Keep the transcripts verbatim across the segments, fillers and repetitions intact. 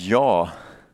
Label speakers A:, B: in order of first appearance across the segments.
A: Ja,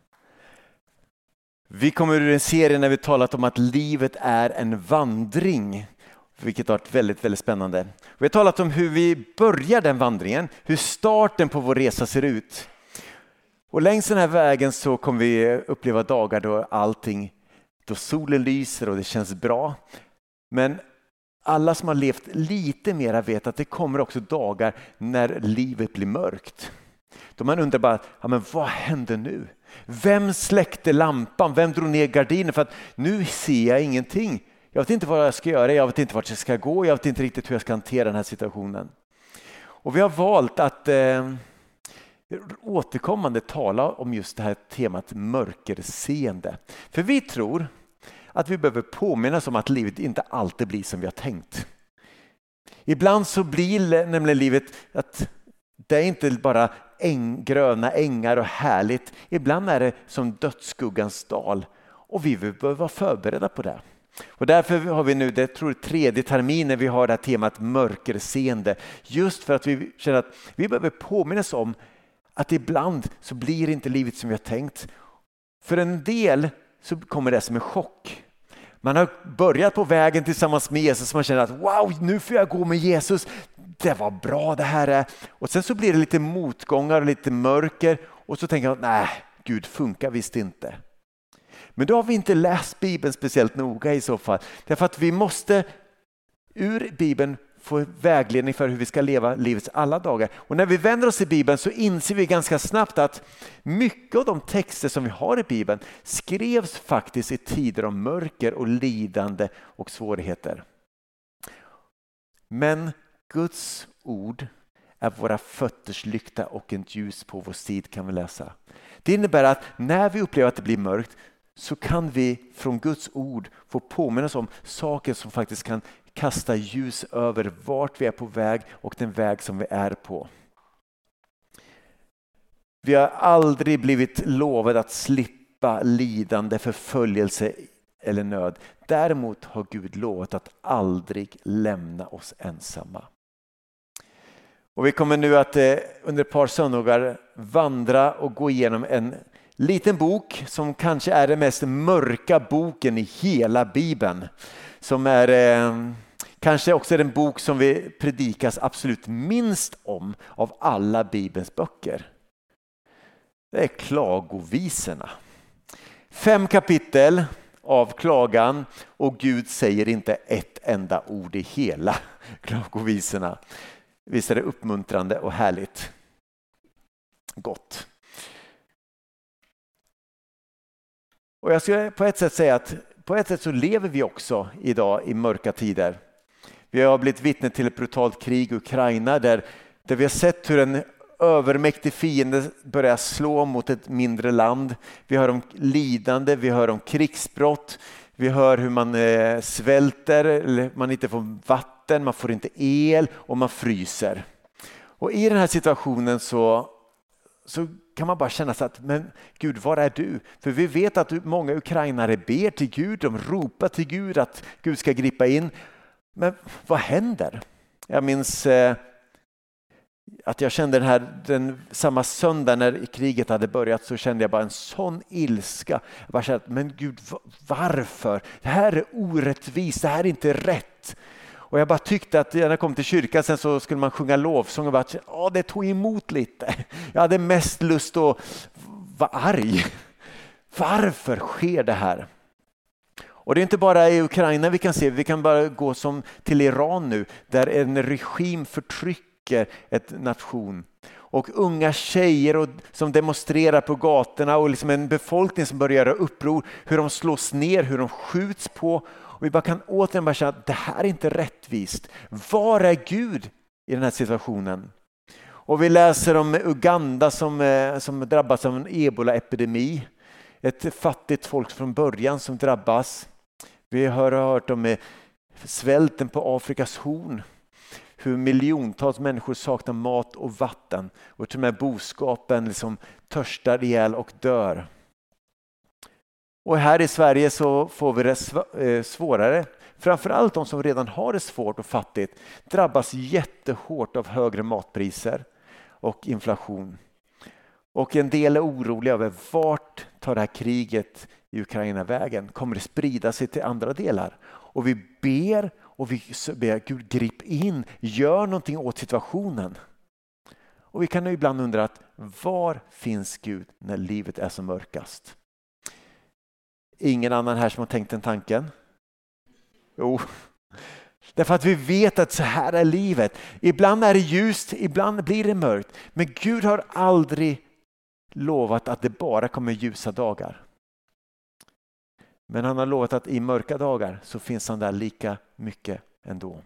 A: vi kommer ur en serie när vi talat om att livet är en vandring, vilket har varit väldigt, väldigt spännande. Vi har talat om hur vi börjar den vandringen, hur starten på vår resa ser ut. Och längs den här vägen så kommer vi uppleva dagar då allting, då solen lyser och det känns bra. Men alla som har levt lite mera vet att det kommer också dagar när livet blir mörkt. Då man undrar bara, ja, men vad hände nu? Vem släckte lampan? Vem drog ner gardinen? För att nu ser jag ingenting. Jag vet inte vad jag ska göra, jag vet inte vart jag ska gå, jag vet inte riktigt hur jag ska hantera den här situationen. Och vi har valt att eh, återkommande tala om just det här temat mörkerseende. För vi tror att vi behöver påminnas om att livet inte alltid blir som vi har tänkt. Ibland så blir nämligen livet att det är inte bara äng, gröna ängar och härligt. Ibland är det som dödsskuggans dal och vi behöver vara förberedda på det. Och därför har vi nu, det tror jag, tredje terminen vi har det här temat mörkerseende. Just för att vi känner att vi behöver påminnas om att ibland så blir inte livet som vi har tänkt. För en del så kommer det som en chock. Man har börjat på vägen tillsammans med Jesus och man känner att wow, nu får jag gå med Jesus. Det var bra det här är. Och sen så blir det lite motgångar och lite mörker. Och så tänker jag, nej, Gud funkar visst inte. Men då har vi inte läst Bibeln speciellt noga i så fall. Därför att vi måste ur Bibeln få vägledning för hur vi ska leva livets alla dagar. Och när vi vänder oss till Bibeln så inser vi ganska snabbt att mycket av de texter som vi har i Bibeln skrevs faktiskt i tider av mörker och lidande och svårigheter. Men Guds ord är våra fötters lykta och en ljus på vår sid, kan vi läsa. Det innebär att när vi upplever att det blir mörkt så kan vi från Guds ord få påminna oss om saker som faktiskt kan kasta ljus över vart vi är på väg och den väg som vi är på. Vi har aldrig blivit lovade att slippa lidande, förföljelse eller nöd. Däremot har Gud lovat att aldrig lämna oss ensamma. Och vi kommer nu att eh, under ett par söndagar vandra och gå igenom en liten bok som kanske är den mest mörka boken i hela Bibeln. Som är eh, kanske också den bok som vi predikas absolut minst om av alla Bibelns böcker. Det är klagovisorna. Fem kapitel av klagan och Gud säger inte ett enda ord i hela klagovisorna. Visst är det uppmuntrande och härligt. Gott. Och jag skulle på ett sätt säga att på ett sätt så lever vi också idag i mörka tider. Vi har blivit vittne till ett brutalt krig i Ukraina där, där vi har sett hur en övermäktig fiende börjar slå mot ett mindre land. Vi hör om lidande, vi hör om krigsbrott, vi hör hur man eh, svälter, eller man inte får vatten, man får inte el och man fryser. Och i den här situationen så, så kan man bara känna sig att, men Gud, var är du? För vi vet att många ukrainare ber till Gud, de ropar till Gud att Gud ska gripa in. Men vad händer? Jag minns eh, att jag kände den här, den, samma söndag när kriget hade börjat så kände jag bara en sån ilska. Jag bara kände, men Gud, varför? Det här är orättvist, det här är inte rätt. Och jag bara tyckte att när jag kom till kyrkan sen så skulle man sjunga lovsång och bara, ja, det tog emot lite. Jag hade mest lust att vara arg. Varför sker det här? Och det är inte bara i Ukraina vi kan se, vi kan bara gå som till Iran nu där en regim förtrycker ett nation. Och unga tjejer och, som demonstrerar på gatorna och liksom en befolkning som börjar göra uppror, hur de slås ner, hur de skjuts på. Och vi bara kan återigen bara känna att det här är inte rättvist. Var är Gud i den här situationen? Och vi läser om Uganda som, som drabbas av en ebola-epidemi. Ett fattigt folk från början som drabbas. Vi har hört om svälten på Afrikas horn. Hur miljontals människor saknar mat och vatten. Och till och med boskapen liksom törstar ihjäl och dör. Och här i Sverige så får vi det svårare. Framförallt de som redan har det svårt och fattigt drabbas jättehårt av högre matpriser och inflation. Och en del är oroliga över vart tar det här kriget i Ukraina vägen? Kommer det sprida sig till andra delar? Och vi ber och vi ber Gud grip in, gör någonting åt situationen. Och vi kan ju ibland undra att var finns Gud när livet är som mörkast? Ingen annan här som har tänkt den tanken? Jo, därför att vi vet att så här är livet. Ibland är det ljust, ibland blir det mörkt. Men Gud har aldrig lovat att det bara kommer ljusa dagar. Men han har lovat att i mörka dagar så finns han där lika mycket ändå.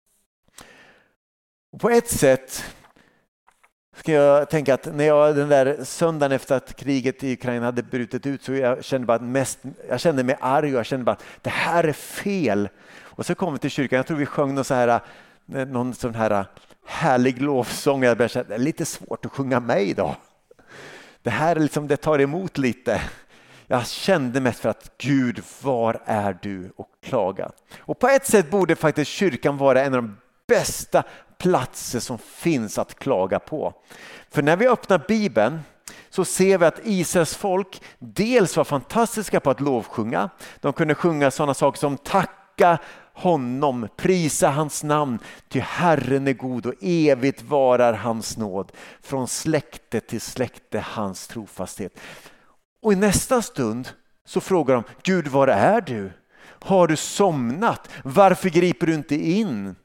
A: Och på ett sätt ska jag tänka att när jag den där söndagen efter att kriget i Ukraina hade brutit ut så jag kände bara mest, jag kände mig arg och jag kände bara att det här är fel. Och så kom vi till kyrkan, jag tror vi sjöng någon så här, någon sån här härlig lovsång. Jag började känna, det är lite svårt att sjunga med idag. Det här är liksom, det tar emot lite. Jag kände mest för att Gud, var är du? Och klaga. Och på ett sätt borde faktiskt kyrkan vara en av de bästa platser som finns att klaga på. För när vi öppnar Bibeln så ser vi att Israels folk dels var fantastiska på att lovsjunga. De kunde sjunga sådana saker som tacka honom, prisa hans namn, ty Herren är god och evigt varar hans nåd. Från släkte till släkte hans trofasthet. Och i nästa stund så frågar de, Gud, var är du? Har du somnat? Varför griper du inte in?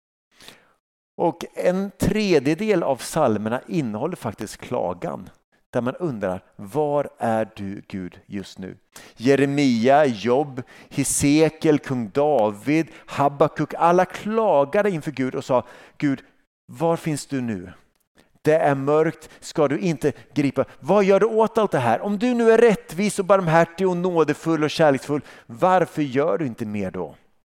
A: Och en tredjedel av psalmerna innehåller faktiskt klagan. Där man undrar, var är du Gud just nu? Jeremia, Job, Hesekiel, kung David, Habakuk, alla klagade inför Gud och sa, Gud, var finns du nu? Det är mörkt, ska du inte gripa? Vad gör du åt allt det här? Om du nu är rättvis och barmhärtig och nådefull och kärleksfull, varför gör du inte mer då?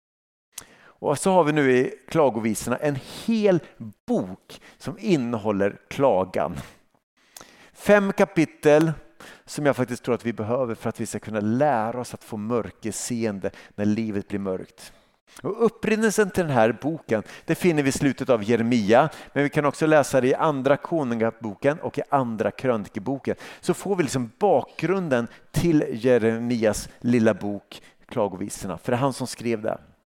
A: Och så har vi nu i klagovisorna en hel bok som innehåller klagan. Fem kapitel som jag faktiskt tror att vi behöver för att vi ska kunna lära oss att få mörkerseende när livet blir mörkt. Och upprinnelsen till den här boken, det finner vi i slutet av Jeremia, men vi kan också läsa det i andra konungaboken och i andra krönikeboken. Så får vi liksom bakgrunden till Jeremias lilla bok Klagovisorna, för det är han som skrev det.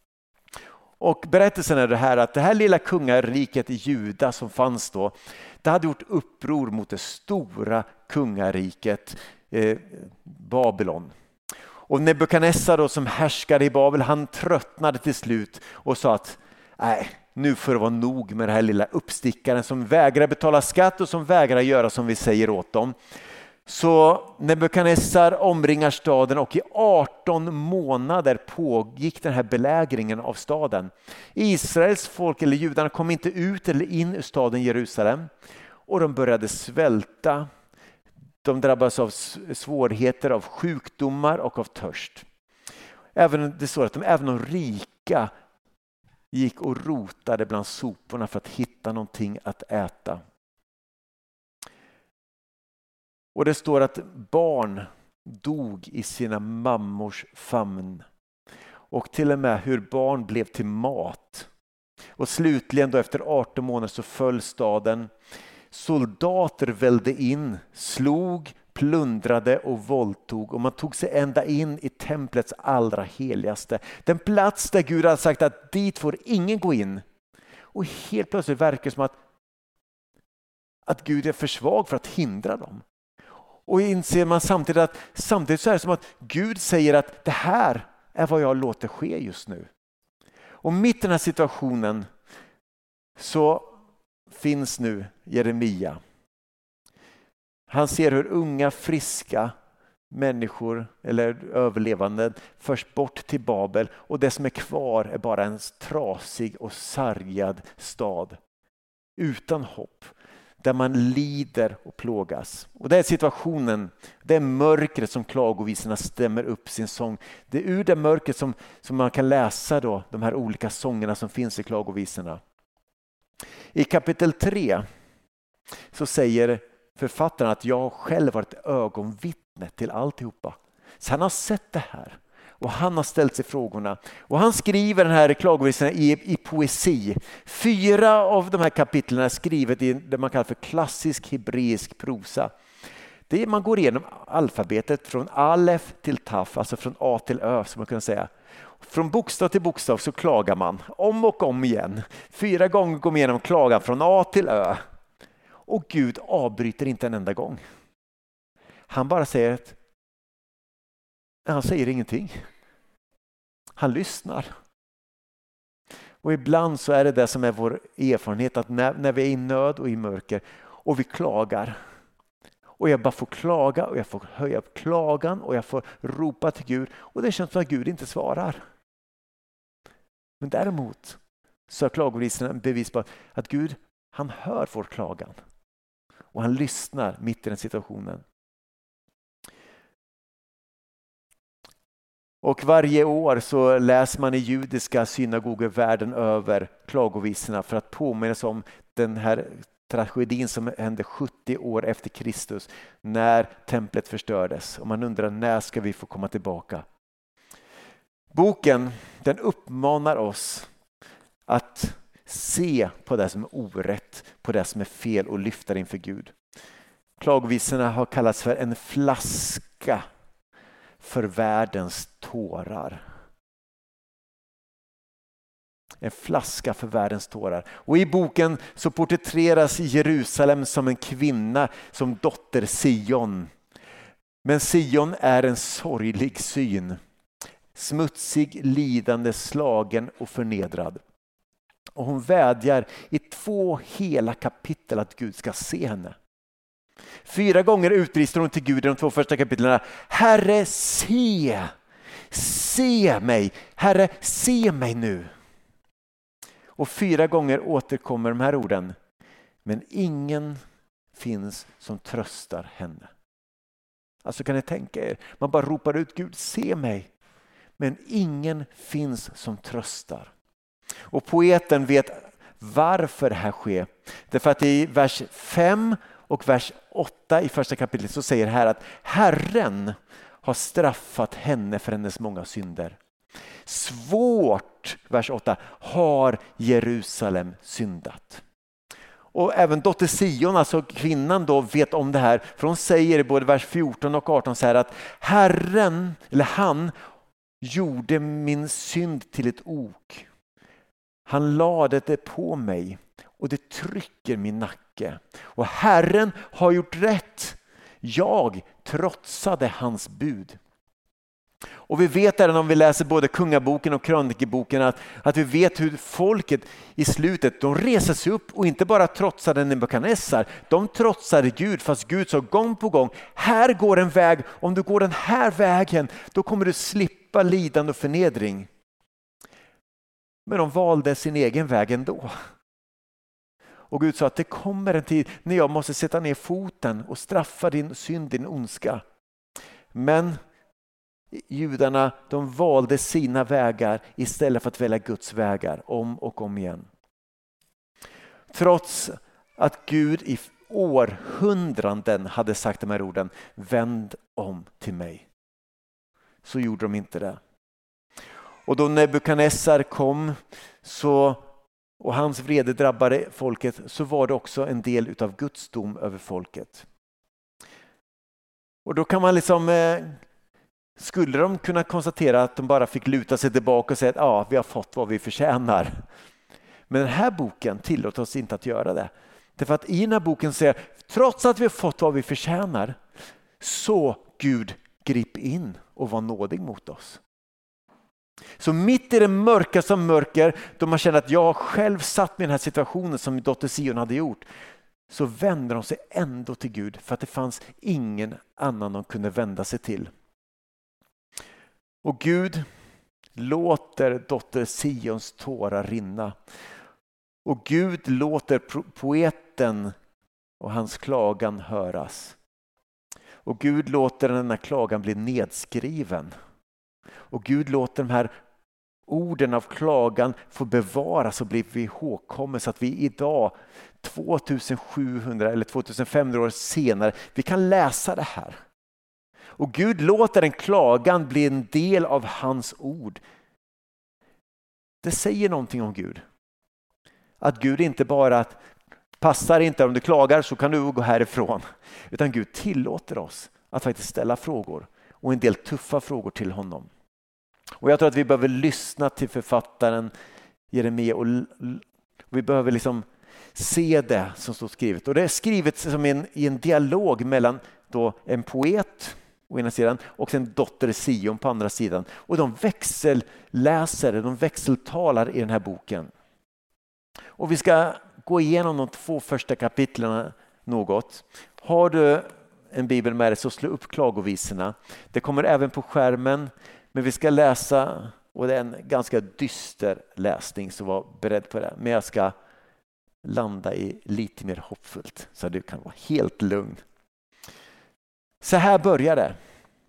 A: Och berättelsen är det här att det här lilla kungariket i Juda som fanns då, det hade gjort uppror mot det stora kungariket eh, Babylon. Och Nebukadnessar då som härskade i Babel, han tröttnade till slut och sa att nej, nu får det vara nog med det här lilla uppstickaren som vägrar betala skatt och som vägrar göra som vi säger åt dem. Så Nebukadnessar omringar staden och i arton månader pågick den här belägringen av staden. Israels folk eller judarna kom inte ut eller in ur staden Jerusalem och de började svälta. De drabbades av svårigheter, av sjukdomar och av törst. Även, det står att de, även de rika gick och rotade bland soporna för att hitta någonting att äta. Och det står att barn dog i sina mammors famn. Och till och med hur barn blev till mat. Och slutligen då efter arton månader så föll staden. Soldater välde in, slog, plundrade och våldtog. Och man tog sig ända in i templets allra heligaste. Den plats där Gud hade sagt att dit får ingen gå in. Och helt plötsligt verkar det som att, att Gud är för svag för att hindra dem. Och inser man samtidigt att samtidigt så är det som att Gud säger att det här är vad jag låter ske just nu. Och mitt i den här situationen så finns nu Jeremia. Han ser hur unga friska människor eller överlevande förs bort till Babel och det som är kvar är bara en trasig och sargad stad utan hopp. Där man lider och plågas. Och det är situationen, det är mörkret som klagovisorna stämmer upp sin sång. Det är ur det mörkret som, som man kan läsa då, de här olika sångerna som finns i klagovisorna. I kapitel tre så säger författaren att jag själv varit ögonvittne till alltihopa. Så han har sett det här. Och han har ställt sig frågorna. Och han skriver den här klagovisorna i, i poesi. Fyra av de här kapitlen är skrivet i det man kallar för klassisk hebreisk prosa. Det är man går igenom alfabetet från alef till taf, alltså från A till Ö som man kan säga. Från bokstav till bokstav så klagar man om och om igen. Fyra gånger går man igenom klagan från A till Ö. Och Gud avbryter inte en enda gång. Han bara säger att han säger ingenting. Han lyssnar. Och ibland så är det det som är vår erfarenhet, att när, när vi är i nöd och i mörker och vi klagar, och jag bara får klaga och jag får höja upp klagan och jag får ropa till Gud och det känns som att Gud inte svarar. Men däremot så är klagovisorna en bevis på att Gud, han hör vår klagan och han lyssnar mitt i den situationen. Och varje år så läser man i judiska synagogor världen över klagovisorna för att påminna sig om den här tragedin som hände sjuttio år efter Kristus när templet förstördes. Och man undrar, när ska vi få komma tillbaka? Boken, den uppmanar oss att se på det som är orätt, på det som är fel och lyfta det inför Gud. Klagovisorna har kallats för en flaska för världens tårar. En flaska för världens tårar. Och i boken så porträtteras Jerusalem som en kvinna, som dotter Sion. Men Sion är en sorglig syn. Smutsig, lidande, slagen och förnedrad. Och hon vädjar i två hela kapitel att Gud ska se henne. Fyra gånger utbrister hon till Gud i de två första kapitlen: Herre, se! Se mig! Herre, se mig nu! Och fyra gånger återkommer de här orden: men ingen finns som tröstar henne. Alltså kan ni tänka er, man bara ropar ut: Gud, se mig! Men ingen finns som tröstar. Och poeten vet varför det här sker. Därför att i vers fem och vers åtta i första kapitlet så säger här att Herren har straffat henne för hennes många synder. Svårt, vers åtta, har Jerusalem syndat. Och även dotter Sion, alltså kvinnan då, vet om det här. För hon säger i både vers fjorton och arton så här att Herren, eller han, gjorde min synd till ett ok. Han lade det på mig och det trycker min nacke. Och Herren har gjort rätt. Jag trotsade hans bud. Och vi vet även om vi läser både kungaboken och krönikeboken att, att vi vet hur folket i slutet, de reser sig upp och inte bara trotsade Nebukadnessar, de trotsade Gud, fast Gud sa gång på gång: här går en väg, om du går den här vägen då kommer du slippa lidande och förnedring. Men de valde sin egen väg ändå. Och Gud sa att det kommer en tid när jag måste sätta ner foten och straffa din synd, din ondska. Men judarna, de valde sina vägar istället för att välja Guds vägar om och om igen. Trots att Gud i århundraden hade sagt de här orden: vänd om till mig, så gjorde de inte det. Och då Nebukadnessar kom så, och hans vrede drabbade folket, så var det också en del utav Guds dom över folket. Och då kan man liksom, eh, skulle de kunna konstatera att de bara fick luta sig tillbaka och säga att ja, vi har fått vad vi förtjänar. Men den här boken tillåter oss inte att göra det. Därför att i den här boken säger, trots att vi har fått vad vi förtjänar, så Gud grip in och var nådig mot oss. Så mitt i det mörka som mörker, då man känner att jag själv satt med den här situationen som dotter Sion hade gjort, så vänder de sig ändå till Gud för att det fanns ingen annan de kunde vända sig till. Och Gud låter dotter Sions tårar rinna. Och Gud låter poeten och hans klagan höras. Och Gud låter den här klagan bli nedskriven. Och Gud låter de här orden av klagan få bevaras och bli ihågkommen, så att vi idag tvåtusensjuhundra eller tvåtusenfemhundra år senare vi kan läsa det här. Och Gud låter en klagan bli en del av hans ord. Det säger någonting om Gud. Att Gud inte bara att Passar inte om du klagar så kan du gå härifrån. Utan Gud tillåter oss att faktiskt ställa frågor och en del tuffa frågor till honom. Och jag tror att vi behöver lyssna till författaren Jeremia och vi behöver liksom se det som står skrivet. Och det är skrivet som en, i en dialog mellan då en poet å ena sidan och en dotter Sion på andra sidan. Och de växelläser, de växeltalar i den här boken. Och vi ska gå igenom de två första kapitlen något. Har du en bibel med dig så slå upp klagovisorna. Det kommer även på skärmen, men vi ska läsa, och det är en ganska dyster läsning så var beredd på det. Men jag ska landa i lite mer hoppfullt så du kan vara helt lugn. Så här börjar det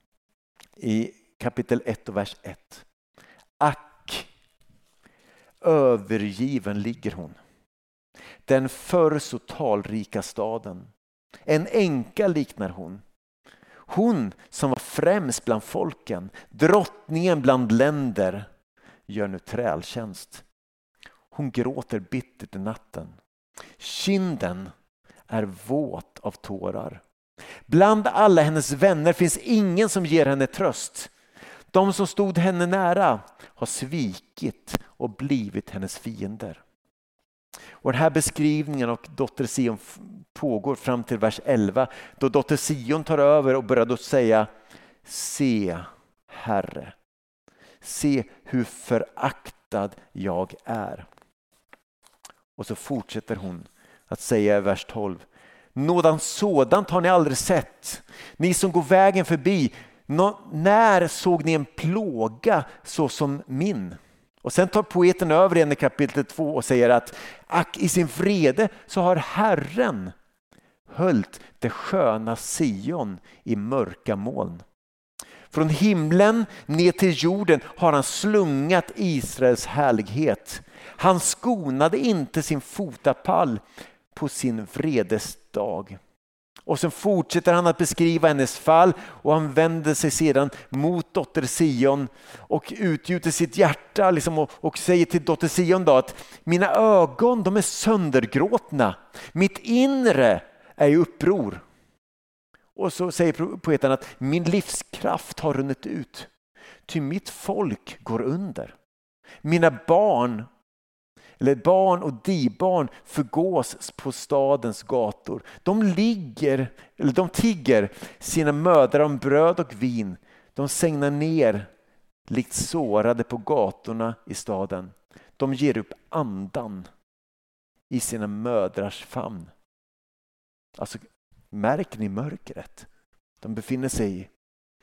A: i kapitel ett och vers ett. Ack, övergiven ligger hon. Den förr så talrika staden. En änka liknar hon. Hon som var främst bland folken, drottningen bland länder, gör nu trältjänst. Hon gråter bittert i natten. Kinden är våt av tårar. Bland alla hennes vänner finns ingen som ger henne tröst. De som stod henne nära har svikit och blivit hennes fiender. Och den här beskrivningen av dotter Sion pågår fram till vers elva, då dotter Sion tar över och börjar då säga: se, Herre, se hur föraktad jag är. Och så fortsätter hon att säga i vers tolv: nådan sådant har ni aldrig sett, ni som går vägen förbi. Nå, när såg ni en plåga så som min? Och sen tar poeten över igen i kapitel två och säger att ack, i sin vrede så har Herren höljt det sköna Sion i mörka moln. Från himlen ner till jorden har han slungat Israels härlighet. Han skonade inte sin fotapall på sin vredesdag. Och sen fortsätter han att beskriva hennes fall och han vänder sig sedan mot dotter Sion och utgjuter sitt hjärta liksom och, och säger till dotter Sion då att mina ögon de är söndergråtna, mitt inre är i uppror. Och så säger poeten att min livskraft har runnit ut, ty mitt folk går under. Mina barn eller barn och dibarn förgås på stadens gator. De ligger, eller de tigger sina mödrar om bröd och vin. De sängnar ner likt sårade på gatorna i staden. De ger upp andan i sina mödrars famn. Alltså, märker ni mörkret de befinner sig i?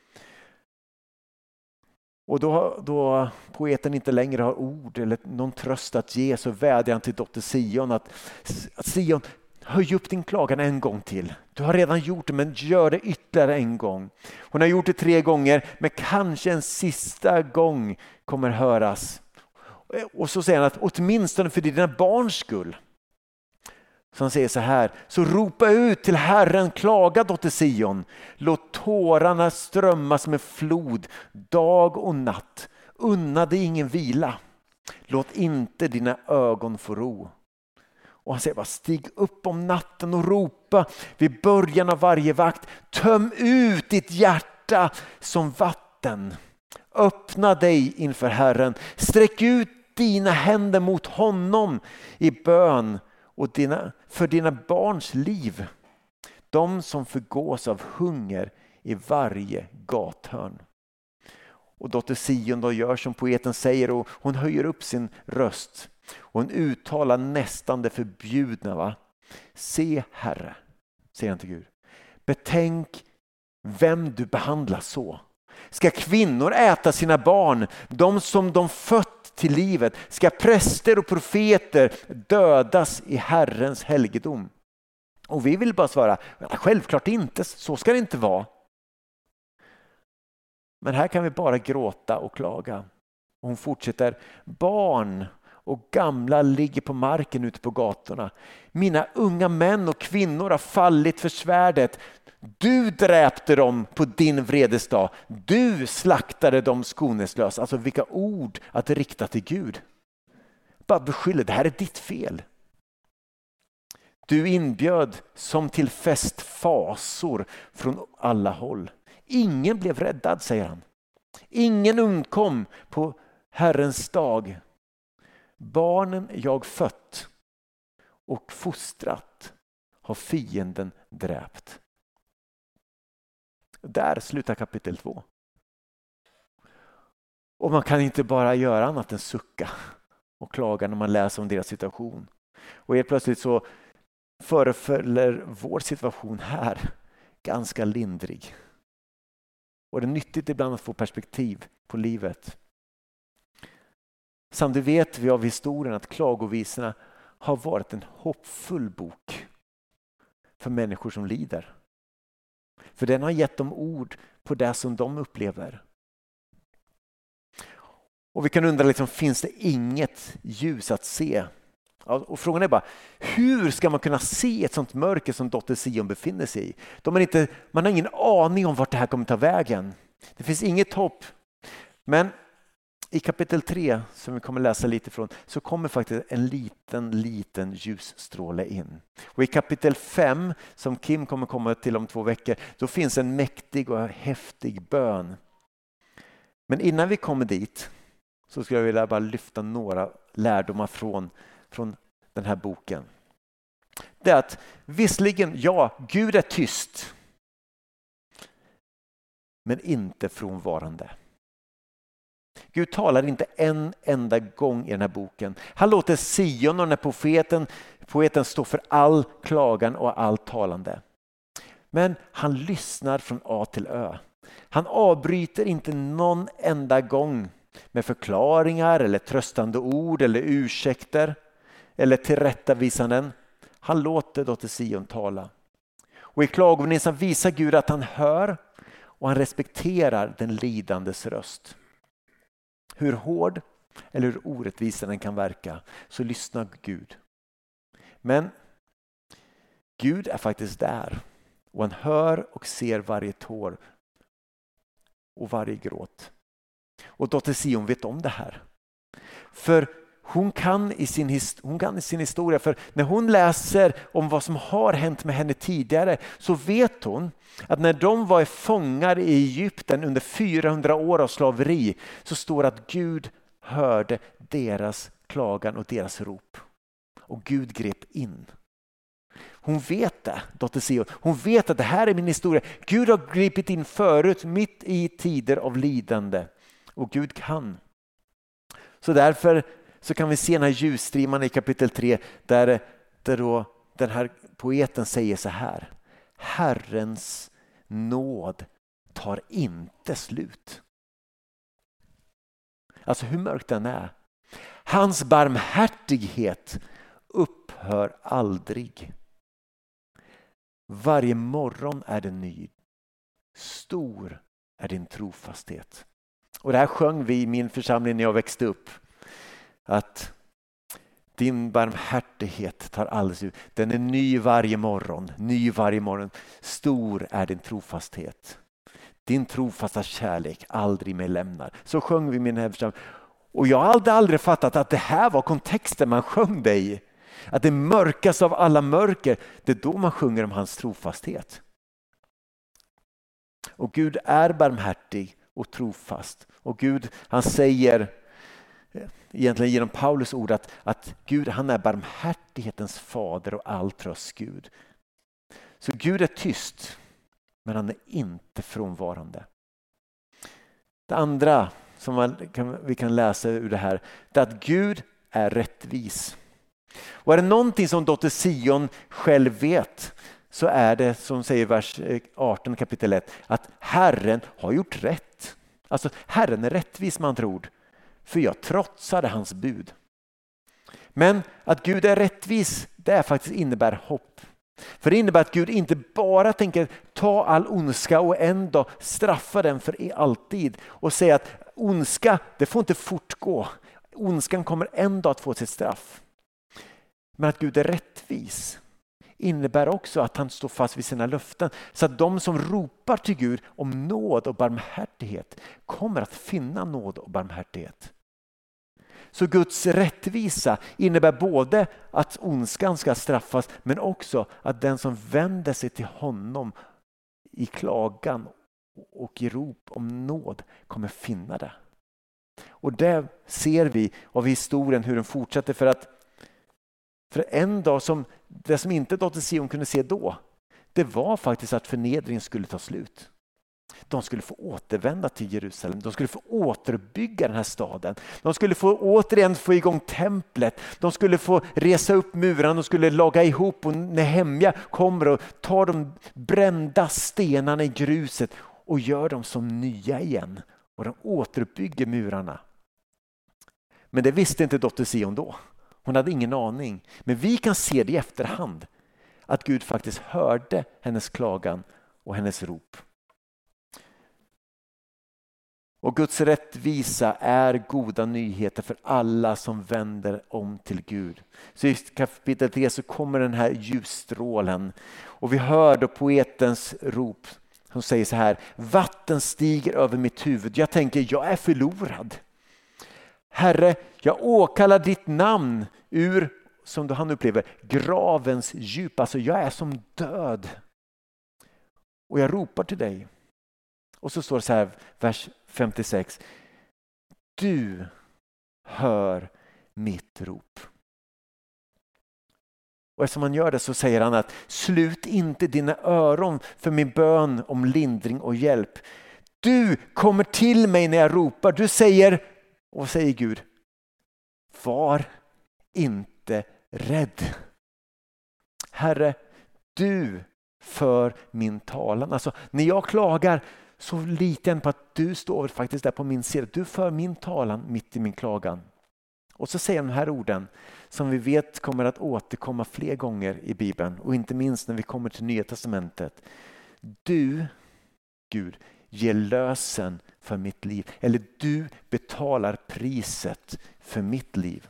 A: Och då, då poeten inte längre har ord eller någon tröst att ge, så vädjar han till dotter Sion att, att Sion, höj upp din klagan en gång till. Du har redan gjort det, men gör det ytterligare en gång. Hon har gjort det tre gånger, men kanske en sista gång kommer höras. Och så säger han att åtminstone för dina barns skull. Så han säger så här: så ropa ut till Herren, klaga dotter Sion. Låt tårarna strömma som en flod dag och natt. Unna dig ingen vila. Låt inte dina ögon få ro. Och han säger bara: stig upp om natten och ropa vid början av varje vakt. Töm ut ditt hjärta som vatten. Öppna dig inför Herren. Sträck ut dina händer mot honom i bön. Och dina, för dina barns liv, de som förgås av hunger i varje gathörn. Och dotter Sion då gör som poeten säger och hon höjer upp sin röst. Och hon uttalar nästan det förbjudna. Va? Se Herre, säger han till Gud. Betänk vem du behandlar så. Ska kvinnor äta sina barn, de som de fött till livet? Ska präster och profeter dödas i Herrens helgedom? Och vi vill bara svara, självklart inte, så ska det inte vara. Men här kan vi bara gråta och klaga. Och hon fortsätter: barn och gamla ligger på marken ute på gatorna. Mina unga män och kvinnor har fallit för svärdet. Du dräpte dem på din vredesdag. Du slaktade dem skoneslös. Alltså vilka ord att rikta till Gud. Bara beskyller, det här är ditt fel. Du inbjöd som till festfasor från alla håll. Ingen blev räddad, säger han. Ingen undkom på Herrens dag. Barnen jag fött och fostrat har fienden dräpt. Där slutar kapitel två. Och man kan inte bara göra annat än sucka och klaga när man läser om deras situation. Och helt plötsligt så förefaller vår situation här ganska lindrig. Och det är nyttigt ibland att få perspektiv på livet. Samtidigt vet vi av historien att klagovisorna har varit en hoppfull bok för människor som lider. För den har gett dem ord på det som de upplever. Och vi kan undra, liksom, finns det inget ljus att se? Och frågan är bara, hur ska man kunna se ett sånt mörker som dotter Sion befinner sig i? De är inte, man har ingen aning om vart det här kommer ta vägen. Det finns inget hopp. Men i kapitel tre, som vi kommer läsa lite från, så kommer faktiskt en liten, liten ljusstråle in. Och i kapitel fem, som Kim kommer komma till om två veckor, då finns en mäktig och häftig bön. Men innan vi kommer dit så skulle jag vilja bara lyfta några lärdomar från, från den här boken. Det är att visserligen, ja, Gud är tyst, men inte frånvarande. Gud talar inte en enda gång i den här boken. Han låter Sion och den här poeten, poeten stå för all klagan och all talande. Men han lyssnar från A till Ö. Han avbryter inte någon enda gång med förklaringar eller tröstande ord eller ursäkter eller tillrättavisanden. Han låter dotter Sion tala. Och i klagovisan visar Gud att han hör och han respekterar den lidandes röst. Hur hård eller hur orättvis den kan verka, så lyssnar Gud. Men Gud är faktiskt där och han hör och ser varje tår och varje gråt. Och dotter Sion vet om det här. För hon kan, i sin his- hon kan i sin historia, för när hon läser om vad som har hänt med henne tidigare, så vet hon att när de var fångar i Egypten under fyrahundra år av slaveri, så står att Gud hörde deras klagan och deras rop. Och Gud grep in. Hon vet det, dotter Sion. Hon vet att det här är min historia. Gud har gripit in förut, mitt i tider av lidande. Och Gud kan. Så därför så kan vi se den här ljusstrimman i kapitel tre, där, där då den här poeten säger så här: Herrens nåd tar inte slut. Alltså hur mörkt den är. Hans barmhärtighet upphör aldrig. Varje morgon är den ny. Stor är din trofasthet. Och det här sjöng vi i min församling när jag växte upp. Att din barmhärtighet tar alldeles ut. Den är ny varje morgon. Ny varje morgon. Stor är din trofasthet. Din trofasta kärlek aldrig mig lämnar. Så sjöng vi i min församling. Och jag hade aldrig fattat att det här var kontexten man sjöng det i. Att det mörkas av alla mörker. Det är då man sjunger om hans trofasthet. Och Gud är barmhärtig och trofast. Och Gud, han säger egentligen genom Paulus ord att, att Gud, han är barmhärtighetens fader och all tröst Gud. Så Gud är tyst, men han är inte frånvarande. Det andra som man kan, vi kan läsa ur det här, det är att Gud är rättvis. Och är det någonting som dotter Sion själv vet, så är det, som säger vers arton kapitel ett, att Herren har gjort rätt. Alltså Herren är rättvis med andra ord, för jag trotsade hans bud. Men att Gud är rättvis, det är faktiskt innebär hopp. För det innebär att Gud inte bara tänker ta all ondska och ändå straffa den för alltid och säga att ondska, det får inte fortgå. Ondskan kommer ändå att få sitt straff. Men att Gud är rättvis innebär också att han står fast vid sina löften. Så att de som ropar till Gud om nåd och barmhärtighet kommer att finna nåd och barmhärtighet. Så Guds rättvisa innebär både att ondskan ska straffas, men också att den som vänder sig till honom i klagan och i rop om nåd kommer finna det. Och det ser vi av historien hur den fortsätter, för att för en dag som det som inte dotter Sion kunde se då, det var faktiskt att förnedringen skulle ta slut. De skulle få återvända till Jerusalem. De skulle få återbygga den här staden. De skulle få återigen få igång templet. De skulle få resa upp murarna. De skulle laga ihop, och Nehemja kommer och tar de brända stenarna i gruset och gör dem som nya igen. Och de återuppbygger murarna. Men det visste inte dotter Sion då. Hon hade ingen aning. Men vi kan se det i efterhand. Att Gud faktiskt hörde hennes klagan och hennes rop. Och Guds rättvisa är goda nyheter för alla som vänder om till Gud. Så i kapitel tre så kommer den här ljusstrålen. Och vi hör då poetens rop som säger så här: vatten stiger över mitt huvud. Jag tänker, jag är förlorad. Herre, jag åkallar ditt namn ur, som han upplever, gravens djup. Alltså jag är som död. Och jag ropar till dig. Och så står det så här, vers femtiosex. Du hör mitt rop. Och eftersom han gör det så säger han att slut inte dina öron för min bön om lindring och hjälp. Du kommer till mig när jag ropar. Du säger, och säger Gud, var inte rädd. Herre, du för min talan. Alltså när jag klagar så litar jag på att du står faktiskt där på min sida. Du för min talan mitt i min klagan. Och så säger de här orden som vi vet kommer att återkomma fler gånger i Bibeln. Och inte minst när vi kommer till Nya testamentet. Du, Gud, ger lösen för mitt liv. Eller du betalar priset för mitt liv.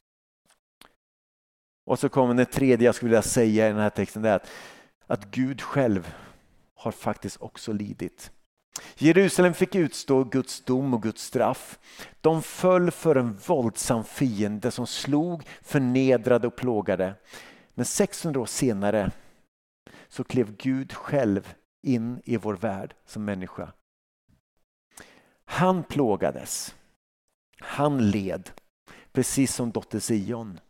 A: Och så kommer det tredje jag skulle vilja säga i den här texten. Det är att, att Gud själv har faktiskt också lidit. Jerusalem fick utstå Guds dom och Guds straff. De föll för en våldsam fiende som slog, förnedrade och plågade. Men sexhundra år senare så klev Gud själv in i vår värld som människa. Han plågades. Han led. Precis som dotter Sion.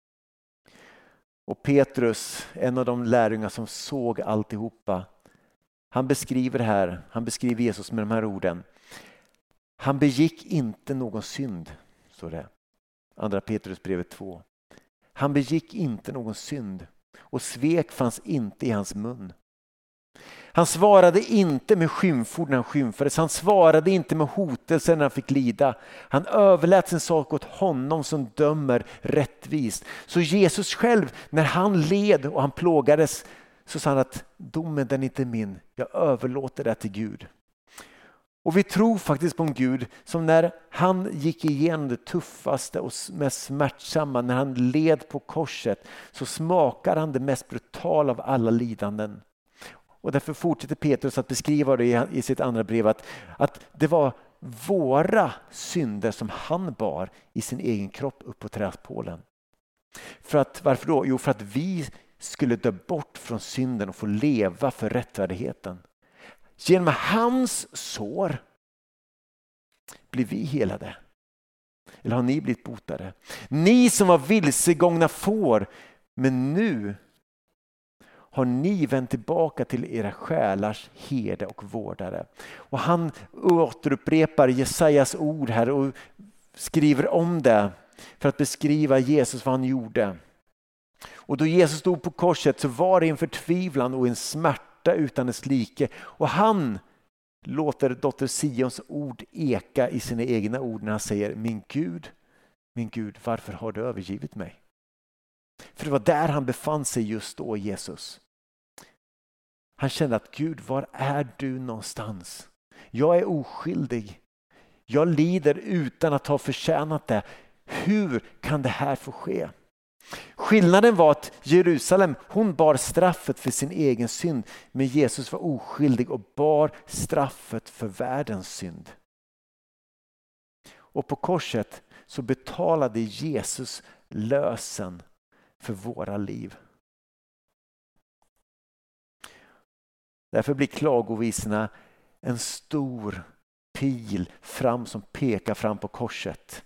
A: Och Petrus, en av de lärjungar som såg alltihopa, han beskriver det här, han beskriver Jesus med de här orden. Han begick inte någon synd, står det. Andra Petrusbrevet två. Han begick inte någon synd och svek fanns inte i hans mun. Han svarade inte med skymford när han skymfades. Han svarade inte med hotelser när han fick lida. Han överlät sin sak åt honom som dömer rättvist. Så Jesus själv, när han led och han plågades, så sa han att domen den är inte min. Jag överlåter det till Gud. Och vi tror faktiskt på en Gud som när han gick igenom det tuffaste och mest smärtsamma, när han led på korset, så smakar han det mest brutala av alla lidanden. Och därför fortsätter Petrus att beskriva det i sitt andra brev att, att det var våra synder som han bar i sin egen kropp upp på träspålen. För att, varför då? Jo, för att vi skulle dö bort från synden och få leva för rättfärdigheten. Genom hans sår blir vi helade. Eller har ni blivit botade? Ni som var vilsegångna får, men nu har ni vänt tillbaka till era själars herde och vårdare. Och han återupprepar Jesajas ord här och skriver om det för att beskriva Jesus, vad han gjorde. Och då Jesus stod på korset så var det en förtvivlan och en smärta utan dess like. Och han låter dotter Sions ord eka i sina egna ord när han säger: min Gud, min Gud, varför har du övergivit mig? För det var där han befann sig just då, Jesus. Han kände att Gud, var är du någonstans? Jag är oskyldig. Jag lider utan att ha förtjänat det. Hur kan det här få ske? Skillnaden var att Jerusalem, hon bar straffet för sin egen synd, men Jesus var oskyldig och bar straffet för världens synd. Och på korset så betalade Jesus lösen för våra liv. Därför blir klagovisorna en stor pil fram som pekar fram på korset.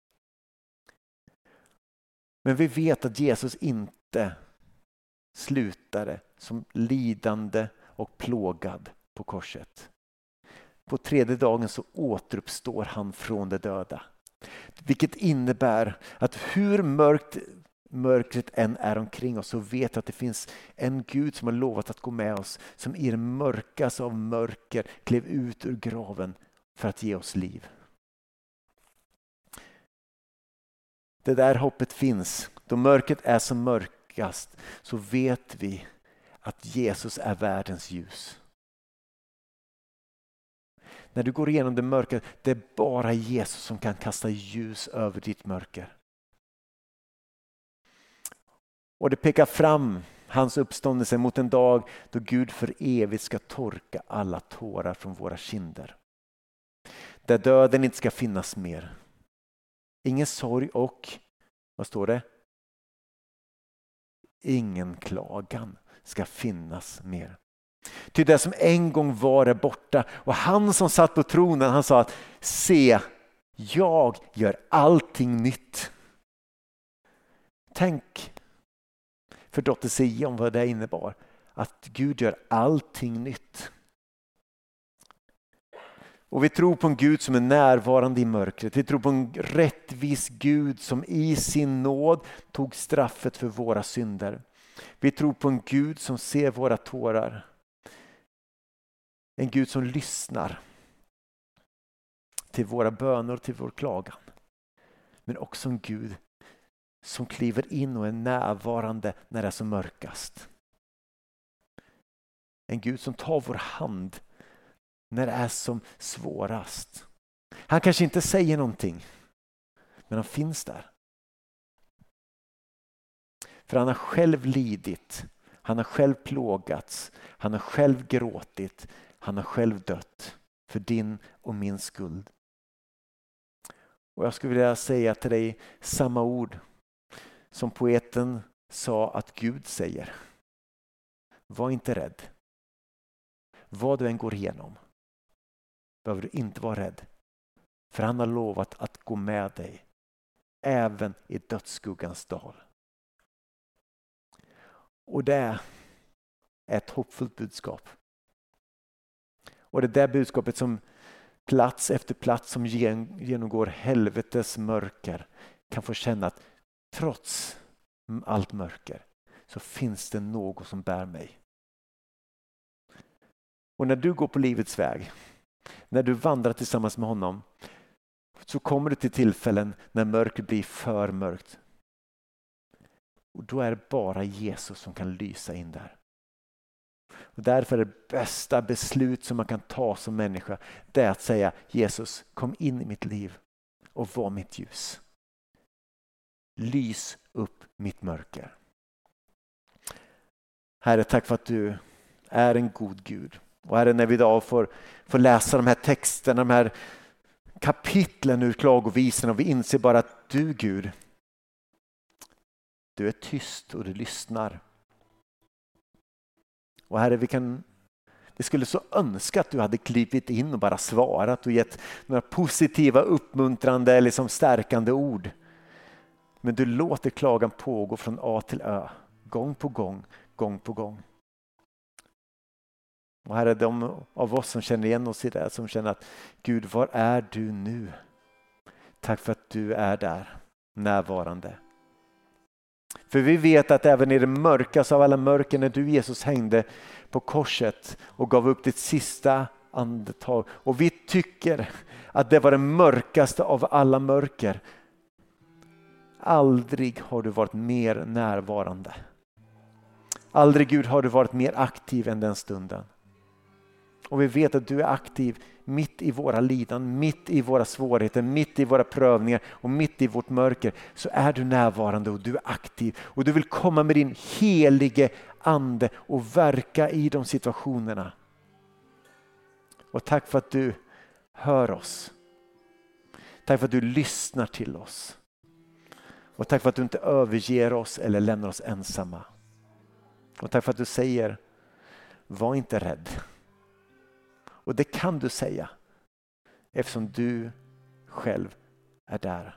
A: Men vi vet att Jesus inte slutade som lidande och plågad på korset. På tredje dagen så återuppstår han från de döda. Vilket innebär att hur mörkt mörkret än är omkring oss så vet att det finns en Gud som har lovat att gå med oss, som i det mörkaste av mörker klev ut ur graven för att ge oss liv. Det där hoppet finns. Då mörkret är som mörkast så vet vi att Jesus är världens ljus. När du går igenom det mörka, det är bara Jesus som kan kasta ljus över ditt mörker. Och det pekar fram hans uppståndelse mot en dag då Gud för evigt ska torka alla tårar från våra kinder. Där döden inte ska finnas mer. Ingen sorg och, vad står det? Ingen klagan ska finnas mer. Till det som en gång var är borta. Och han som satt på tronen, han sa att se, jag gör allting nytt. Tänk för dotter Sion vad det innebar. Att Gud gör allting nytt. Och vi tror på en Gud som är närvarande i mörkret. Vi tror på en rättvis Gud som i sin nåd tog straffet för våra synder. Vi tror på en Gud som ser våra tårar. En Gud som lyssnar till våra böner och till vår klagan. Men också en Gud som kliver in och är närvarande när det är som mörkast. En Gud som tar vår hand när det är som svårast. Han kanske inte säger någonting, men han finns där. För han har själv lidit, han har själv plågats, han har själv gråtit, han har själv dött för din och min skuld. Och jag skulle vilja säga till dig samma ord som poeten sa att Gud säger. Var inte rädd. Vad du än går igenom behöver du inte vara rädd. För han har lovat att gå med dig även i dödsskuggans dal. Och det är ett hoppfullt budskap. Och det där budskapet som plats efter plats som genomgår helvetes mörker kan få känna att trots allt mörker så finns det något som bär mig. Och när du går på livets väg, när du vandrar tillsammans med honom, så kommer du till tillfällen när mörker blir för mörkt. Och då är det bara Jesus som kan lysa in där. Och därför är det bästa beslut som man kan ta som människa, det är att säga: Jesus, kom in i mitt liv och var mitt ljus. Lys upp mitt mörker. Herre, tack för att du är en god Gud. Och Herre, när vi idag får, får läsa de här texterna, de här kapitlen ur klagovisorna, och vi inser bara att du, Gud, du är tyst och du lyssnar. Och Herre, vi kan vi skulle så önska att du hade klivit in och bara svarat och gett några positiva, uppmuntrande eller liksom stärkande ord. Men du låter klagan pågå från A till Ö, gång på gång, gång på gång. Och Herre, de av oss som känner igen oss i det, som känner att Gud, var är du nu? Tack för att du är där, närvarande. För vi vet att även i det mörkaste av alla mörker, när du, Jesus, hängde på korset och gav upp ditt sista andetag, och vi tycker att det var det mörkaste av alla mörker, aldrig har du varit mer närvarande. Aldrig, Gud, har du varit mer aktiv än den stunden. Och vi vet att du är aktiv mitt i våra lidan, mitt i våra svårigheter, mitt i våra prövningar och mitt i vårt mörker. Så är du närvarande och du är aktiv. Och du vill komma med din helige ande och verka i de situationerna. Och tack för att du hör oss. Tack för att du lyssnar till oss. Och tack för att du inte överger oss eller lämnar oss ensamma. Och tack för att du säger, var inte rädd. Och det kan du säga eftersom du själv är där.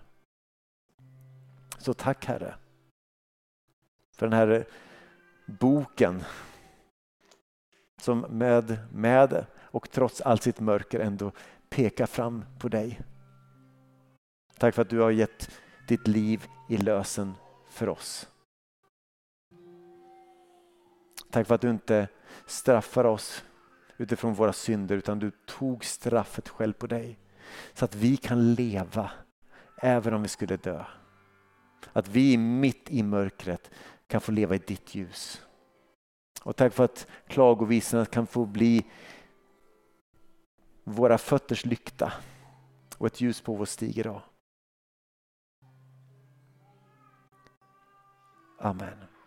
A: Så tack Herre för den här boken som med, med och trots allt sitt mörker ändå pekar fram på dig. Tack för att du har gett ditt liv i lösen för oss. Tack för att du inte straffar oss utifrån våra synder utan du tog straffet själv på dig. Så att vi kan leva även om vi skulle dö. Att vi mitt i mörkret kan få leva i ditt ljus. Och tack för att klagovisorna kan få bli våra fötters lykta och ett ljus på vår stig idag. Amen.